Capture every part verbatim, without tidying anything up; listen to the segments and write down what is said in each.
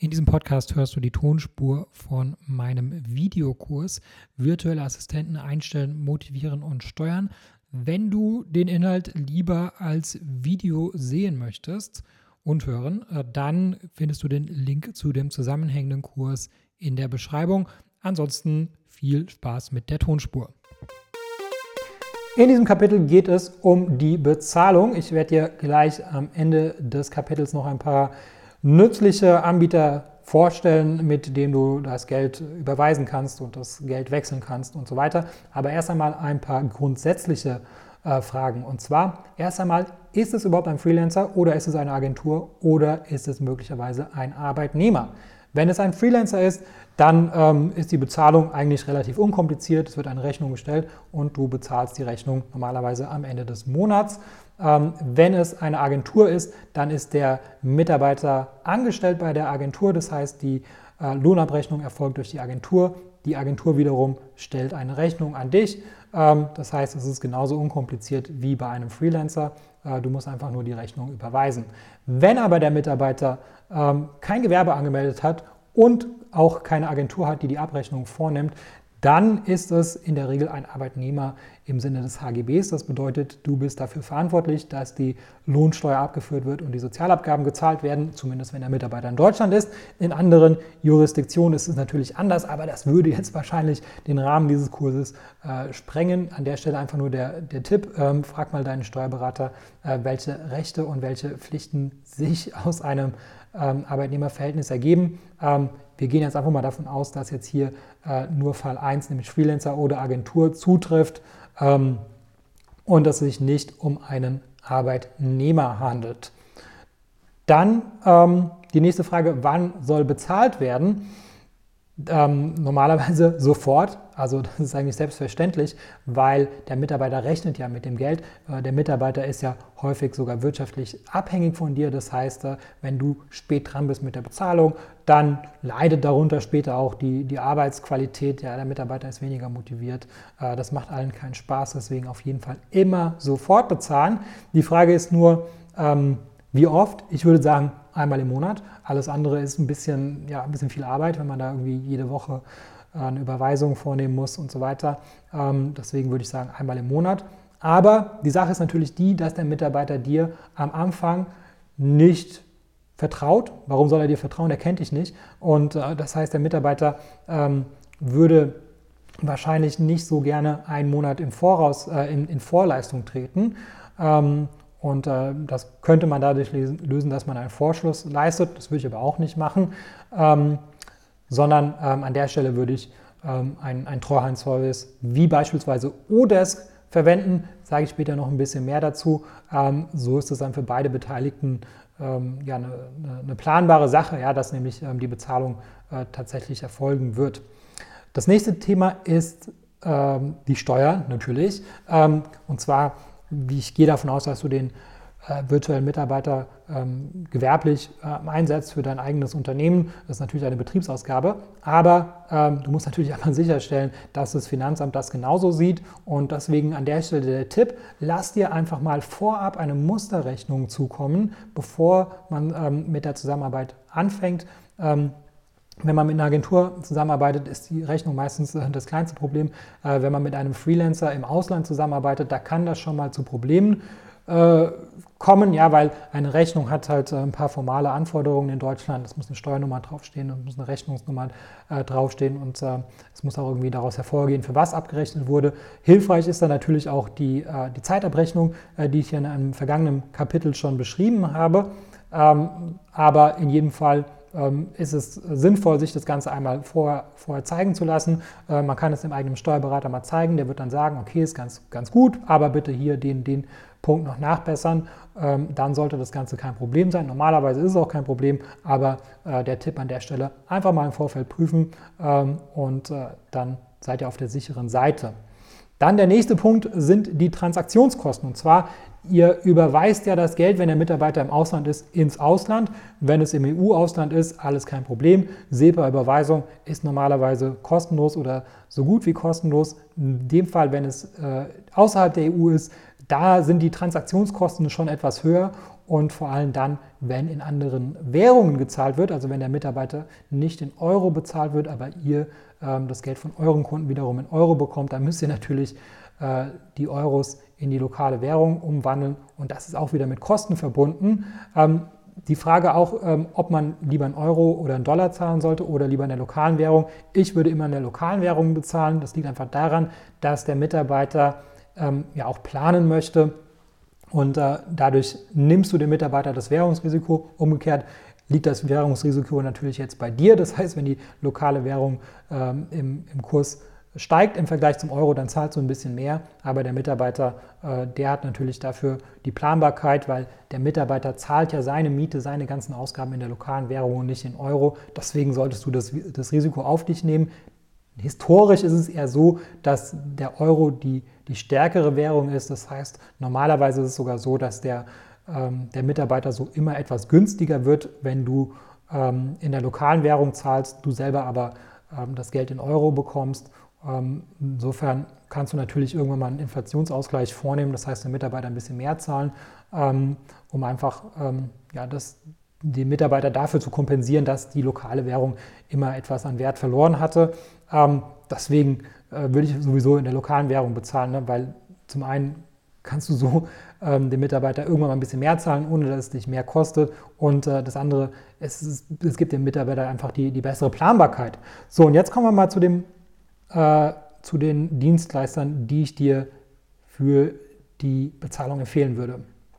In diesem Podcast hörst du die Tonspur von meinem Videokurs Virtuelle Assistenten einstellen, motivieren und steuern. Wenn du den Inhalt lieber als Video sehen möchtest und hören, dann findest du den Link zu dem zusammenhängenden Kurs in der Beschreibung. Ansonsten viel Spaß mit der Tonspur. In diesem Kapitel geht es um die Bezahlung. Ich werde dir gleich am Ende des Kapitels noch ein paar nützliche Anbieter vorstellen, mit denen du das Geld überweisen kannst und das Geld wechseln kannst und so weiter. Aber erst einmal ein paar grundsätzliche äh, Fragen. Und zwar, erst einmal, ist es überhaupt ein Freelancer oder ist es eine Agentur oder ist es möglicherweise ein Arbeitnehmer? Wenn es ein Freelancer ist, dann ähm, ist die Bezahlung eigentlich relativ unkompliziert. Es wird eine Rechnung gestellt und du bezahlst die Rechnung normalerweise am Ende des Monats. Ähm, wenn es eine Agentur ist, dann ist der Mitarbeiter angestellt bei der Agentur. Das heißt, die äh, Lohnabrechnung erfolgt durch die Agentur. Die Agentur wiederum stellt eine Rechnung an dich. Ähm, das heißt, es ist genauso unkompliziert wie bei einem Freelancer. Äh, du musst einfach nur die Rechnung überweisen. Wenn aber der Mitarbeiter ähm, kein Gewerbe angemeldet hat und auch keine Agentur hat, die die Abrechnung vornimmt, dann ist es in der Regel ein Arbeitnehmer im Sinne des H G Bs. Das bedeutet, du bist dafür verantwortlich, dass die Lohnsteuer abgeführt wird und die Sozialabgaben gezahlt werden, zumindest wenn der Mitarbeiter in Deutschland ist. In anderen Jurisdiktionen ist es natürlich anders, aber das würde jetzt wahrscheinlich den Rahmen dieses Kurses äh, sprengen. An der Stelle einfach nur der, der Tipp, ähm, frag mal deinen Steuerberater, äh, welche Rechte und welche Pflichten sich aus einem ähm, Arbeitnehmerverhältnis ergeben. Ähm, Wir gehen jetzt einfach mal davon aus, dass jetzt hier äh, nur Fall eins, nämlich Freelancer oder Agentur, zutrifft ähm, und dass es sich nicht um einen Arbeitnehmer handelt. Dann ähm, die nächste Frage, wann soll bezahlt werden? Ähm, normalerweise sofort, also das ist eigentlich selbstverständlich, weil der Mitarbeiter rechnet ja mit dem Geld. Äh, der Mitarbeiter ist ja häufig sogar wirtschaftlich abhängig von dir. Das heißt, äh, wenn du spät dran bist mit der Bezahlung, dann leidet darunter später auch die, die Arbeitsqualität. Ja, der Mitarbeiter ist weniger motiviert. Äh, das macht allen keinen Spaß, deswegen auf jeden Fall immer sofort bezahlen. Die Frage ist nur, ähm, wie oft? Ich würde sagen, einmal im Monat. Alles andere ist ein bisschen, ja, ein bisschen viel Arbeit, wenn man da irgendwie jede Woche eine Überweisung vornehmen muss und so weiter. Ähm, deswegen würde ich sagen, einmal im Monat. Aber die Sache ist natürlich die, dass der Mitarbeiter dir am Anfang nicht vertraut. Warum soll er dir vertrauen? Er kennt dich nicht. Und äh, das heißt, der Mitarbeiter ähm, würde wahrscheinlich nicht so gerne einen Monat im Voraus äh, in, in Vorleistung treten. Ähm, Und äh, das könnte man dadurch lösen, dass man einen Vorschluss leistet. Das würde ich aber auch nicht machen, ähm, sondern ähm, an der Stelle würde ich ähm, einen, einen Treuhandservice wie beispielsweise Odesk verwenden. Sage ich später noch ein bisschen mehr dazu. Ähm, so ist es dann für beide Beteiligten ähm, ja, eine, eine planbare Sache, ja, dass nämlich ähm, die Bezahlung äh, tatsächlich erfolgen wird. Das nächste Thema ist ähm, die Steuer natürlich. Ähm, und zwar Wie ich gehe davon aus, dass du den äh, virtuellen Mitarbeiter ähm, gewerblich äh, einsetzt für dein eigenes Unternehmen. Das ist natürlich eine Betriebsausgabe, aber ähm, du musst natürlich einmal sicherstellen, dass das Finanzamt das genauso sieht und deswegen an der Stelle der Tipp, lass dir einfach mal vorab eine Musterrechnung zukommen, bevor man ähm, mit der Zusammenarbeit anfängt. Ähm, Wenn man mit einer Agentur zusammenarbeitet, ist die Rechnung meistens das kleinste Problem. Wenn man mit einem Freelancer im Ausland zusammenarbeitet, da kann das schon mal zu Problemen äh, kommen, ja, weil eine Rechnung hat halt ein paar formale Anforderungen in Deutschland. Es muss eine Steuernummer draufstehen und muss eine Rechnungsnummer äh, draufstehen und äh, es muss auch irgendwie daraus hervorgehen, für was abgerechnet wurde. Hilfreich ist dann natürlich auch die, äh, die Zeitabrechnung, äh, die ich hier in einem vergangenen Kapitel schon beschrieben habe. Ähm, aber in jedem Fall ist es sinnvoll, sich das Ganze einmal vorher, vorher zeigen zu lassen. Äh, man kann es dem eigenen Steuerberater mal zeigen, der wird dann sagen, okay, ist ganz, ganz gut, aber bitte hier den, den Punkt noch nachbessern. Ähm, dann sollte das Ganze kein Problem sein. Normalerweise ist es auch kein Problem, aber äh, der Tipp an der Stelle, einfach mal im Vorfeld prüfen ähm, und äh, dann seid ihr auf der sicheren Seite. Dann der nächste Punkt sind die Transaktionskosten. Und zwar, ihr überweist ja das Geld, wenn der Mitarbeiter im Ausland ist, ins Ausland. Wenn es im E U-Ausland ist, alles kein Problem. SEPA-Überweisung ist normalerweise kostenlos oder so gut wie kostenlos. In dem Fall, wenn es äh, außerhalb der E U ist, da sind die Transaktionskosten schon etwas höher und vor allem dann, wenn in anderen Währungen gezahlt wird, also wenn der Mitarbeiter nicht in Euro bezahlt wird, aber ihr ähm, das Geld von euren Kunden wiederum in Euro bekommt, dann müsst ihr natürlich äh, die Euros in die lokale Währung umwandeln und das ist auch wieder mit Kosten verbunden. Ähm, Die Frage auch, ähm, ob man lieber einen Euro oder einen Dollar zahlen sollte oder lieber in der lokalen Währung. Ich würde immer in der lokalen Währung bezahlen. Das liegt einfach daran, dass der Mitarbeiter ähm, ja auch planen möchte und äh, dadurch nimmst du dem Mitarbeiter das Währungsrisiko. Umgekehrt liegt das Währungsrisiko natürlich jetzt bei dir. Das heißt, wenn die lokale Währung ähm, im, im Kurs steigt im Vergleich zum Euro, dann zahlst du ein bisschen mehr, aber der Mitarbeiter, äh, der hat natürlich dafür die Planbarkeit, weil der Mitarbeiter zahlt ja seine Miete, seine ganzen Ausgaben in der lokalen Währung und nicht in Euro. Deswegen solltest du das, das Risiko auf dich nehmen. Historisch ist es eher so, dass der Euro die, die stärkere Währung ist. Das heißt, normalerweise ist es sogar so, dass der, ähm, der Mitarbeiter so immer etwas günstiger wird, wenn du ähm, in der lokalen Währung zahlst, du selber aber ähm, das Geld in Euro bekommst. Insofern kannst du natürlich irgendwann mal einen Inflationsausgleich vornehmen, das heißt, der Mitarbeiter ein bisschen mehr zahlen, um einfach ja, das, die Mitarbeiter dafür zu kompensieren, dass die lokale Währung immer etwas an Wert verloren hatte. Deswegen würde ich sowieso in der lokalen Währung bezahlen, ne? Weil zum einen kannst du so ähm, dem Mitarbeiter irgendwann mal ein bisschen mehr zahlen, ohne dass es dich mehr kostet. Und äh, das andere, es, ist, es gibt dem Mitarbeiter einfach die, die bessere Planbarkeit. So, und jetzt kommen wir mal zu dem Äh, zu den Dienstleistern, die ich dir für die Bezahlung empfehlen würde.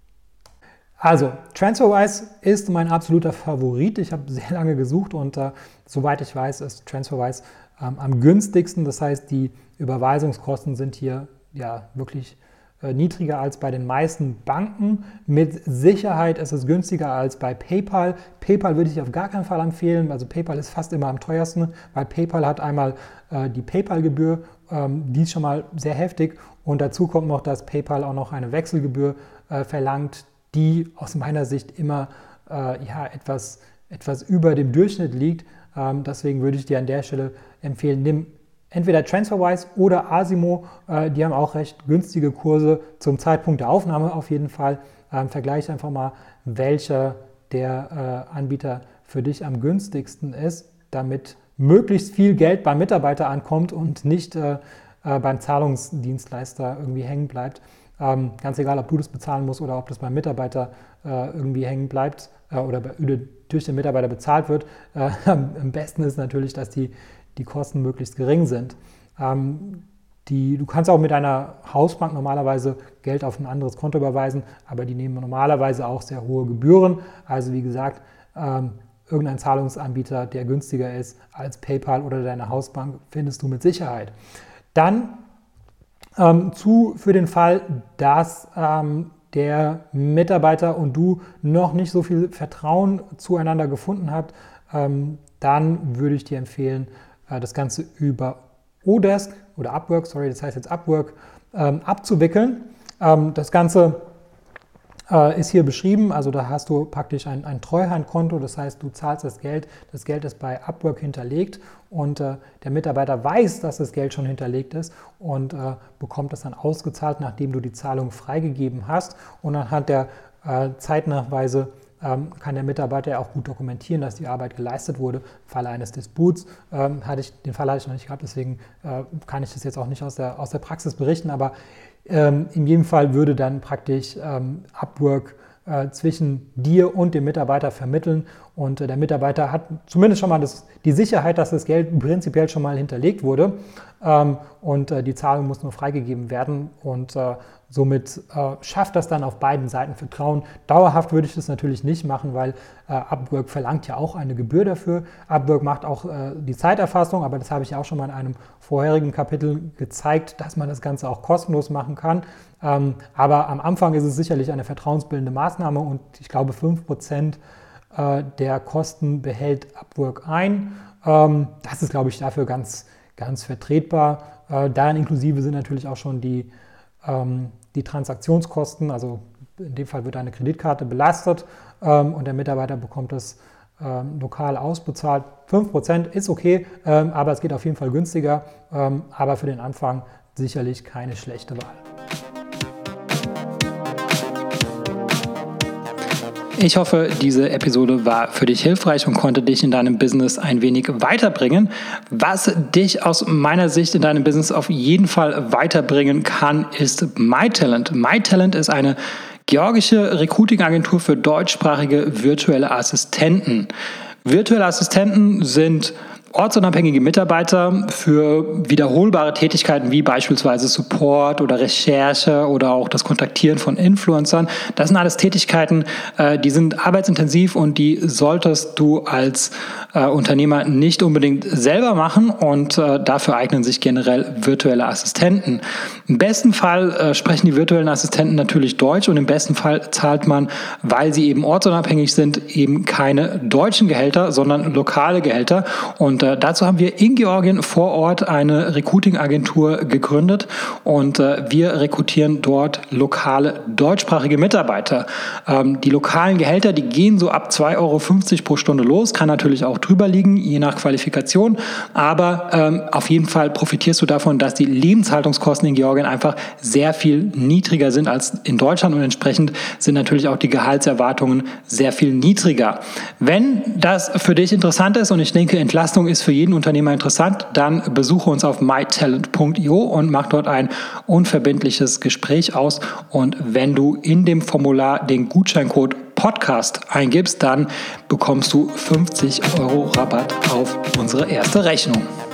Also, TransferWise ist mein absoluter Favorit. Ich habe sehr lange gesucht und äh, soweit ich weiß, ist TransferWise ähm, am günstigsten. Das heißt, die Überweisungskosten sind hier ja wirklich äh, niedriger als bei den meisten Banken. Mit Sicherheit ist es günstiger als bei PayPal. PayPal würde ich auf gar keinen Fall empfehlen. Also PayPal ist fast immer am teuersten, weil PayPal hat einmal äh, die PayPal-Gebühr, ähm, die ist schon mal sehr heftig. Und dazu kommt noch, dass PayPal auch noch eine Wechselgebühr äh, verlangt, die aus meiner Sicht immer äh, ja, etwas, etwas über dem Durchschnitt liegt. Ähm, deswegen würde ich dir an der Stelle empfehlen, nimm entweder TransferWise oder Asimo, äh, die haben auch recht günstige Kurse zum Zeitpunkt der Aufnahme auf jeden Fall. Ähm, vergleich einfach mal, welcher der äh, Anbieter für dich am günstigsten ist, damit möglichst viel Geld beim Mitarbeiter ankommt und nicht äh, äh, beim Zahlungsdienstleister irgendwie hängen bleibt. Ähm, ganz egal, ob du das bezahlen musst oder ob das beim Mitarbeiter äh, irgendwie hängen bleibt äh, oder bei, durch den Mitarbeiter bezahlt wird. Äh, am besten ist natürlich, dass die die Kosten möglichst gering sind. Ähm, die, du kannst auch mit deiner Hausbank normalerweise Geld auf ein anderes Konto überweisen, aber die nehmen normalerweise auch sehr hohe Gebühren. Also wie gesagt, ähm, irgendein Zahlungsanbieter, der günstiger ist als PayPal oder deine Hausbank, findest du mit Sicherheit. Dann ähm, zu für den Fall, dass ähm, der Mitarbeiter und du noch nicht so viel Vertrauen zueinander gefunden habt, ähm, dann würde ich dir empfehlen, das Ganze über Odesk oder Upwork, sorry, das heißt jetzt Upwork, ähm, abzuwickeln. Ähm, das Ganze äh, ist hier beschrieben, also da hast du praktisch ein, ein Treuhandkonto, das heißt, du zahlst das Geld, das Geld ist bei Upwork hinterlegt und äh, der Mitarbeiter weiß, dass das Geld schon hinterlegt ist und äh, bekommt das dann ausgezahlt, nachdem du die Zahlung freigegeben hast und anhand der äh, Zeitnachweise Ähm, kann der Mitarbeiter ja auch gut dokumentieren, dass die Arbeit geleistet wurde. Im Falle eines Disputs ähm, hatte ich, den Fall hatte ich noch nicht gehabt, deswegen äh, kann ich das jetzt auch nicht aus der, aus der Praxis berichten, aber ähm, in jedem Fall würde dann praktisch ähm, Upwork äh, zwischen dir und dem Mitarbeiter vermitteln und äh, der Mitarbeiter hat zumindest schon mal das, die Sicherheit, dass das Geld prinzipiell schon mal hinterlegt wurde ähm, und äh, die Zahlung muss nur freigegeben werden und äh, somit äh, schafft das dann auf beiden Seiten Vertrauen. Dauerhaft würde ich das natürlich nicht machen, weil äh, Upwork verlangt ja auch eine Gebühr dafür. Upwork macht auch äh, die Zeiterfassung, aber das habe ich ja auch schon mal in einem vorherigen Kapitel gezeigt, dass man das Ganze auch kostenlos machen kann. Ähm, aber am Anfang ist es sicherlich eine vertrauensbildende Maßnahme und ich glaube fünf Prozent äh, der Kosten behält Upwork ein. Ähm, das ist, glaube ich, dafür ganz, ganz vertretbar. Äh, darin inklusive sind natürlich auch schon die ähm, die Transaktionskosten, also in dem Fall wird eine Kreditkarte belastet ähm, und der Mitarbeiter bekommt es ähm, lokal ausbezahlt. fünf Prozent ist okay, ähm, aber es geht auf jeden Fall günstiger, ähm, aber für den Anfang sicherlich keine schlechte Wahl. Ich hoffe, diese Episode war für dich hilfreich und konnte dich in deinem Business ein wenig weiterbringen. Was dich aus meiner Sicht in deinem Business auf jeden Fall weiterbringen kann, ist MyTalent. MyTalent ist eine georgische Recruiting-Agentur für deutschsprachige virtuelle Assistenten. Virtuelle Assistenten sind ortsunabhängige Mitarbeiter für wiederholbare Tätigkeiten wie beispielsweise Support oder Recherche oder auch das Kontaktieren von Influencern. Das sind alles Tätigkeiten, die sind arbeitsintensiv und die solltest du als Unternehmer nicht unbedingt selber machen und dafür eignen sich generell virtuelle Assistenten. Im besten Fall sprechen die virtuellen Assistenten natürlich Deutsch und im besten Fall zahlt man, weil sie eben ortsunabhängig sind, eben keine deutschen Gehälter, sondern lokale Gehälter. Und Und äh, dazu haben wir in Georgien vor Ort eine Recruiting-Agentur gegründet und äh, wir rekrutieren dort lokale deutschsprachige Mitarbeiter. Ähm, die lokalen Gehälter, die gehen so ab zwei Euro fünfzig pro Stunde los, kann natürlich auch drüber liegen, je nach Qualifikation, aber ähm, auf jeden Fall profitierst du davon, dass die Lebenshaltungskosten in Georgien einfach sehr viel niedriger sind als in Deutschland und entsprechend sind natürlich auch die Gehaltserwartungen sehr viel niedriger. Wenn das für dich interessant ist und ich denke, Entlastung ist für jeden Unternehmer interessant, dann besuche uns auf my talent punkt io und mach dort ein unverbindliches Gespräch aus. Und wenn du in dem Formular den Gutscheincode Podcast eingibst, dann bekommst du fünfzig Euro Rabatt auf unsere erste Rechnung.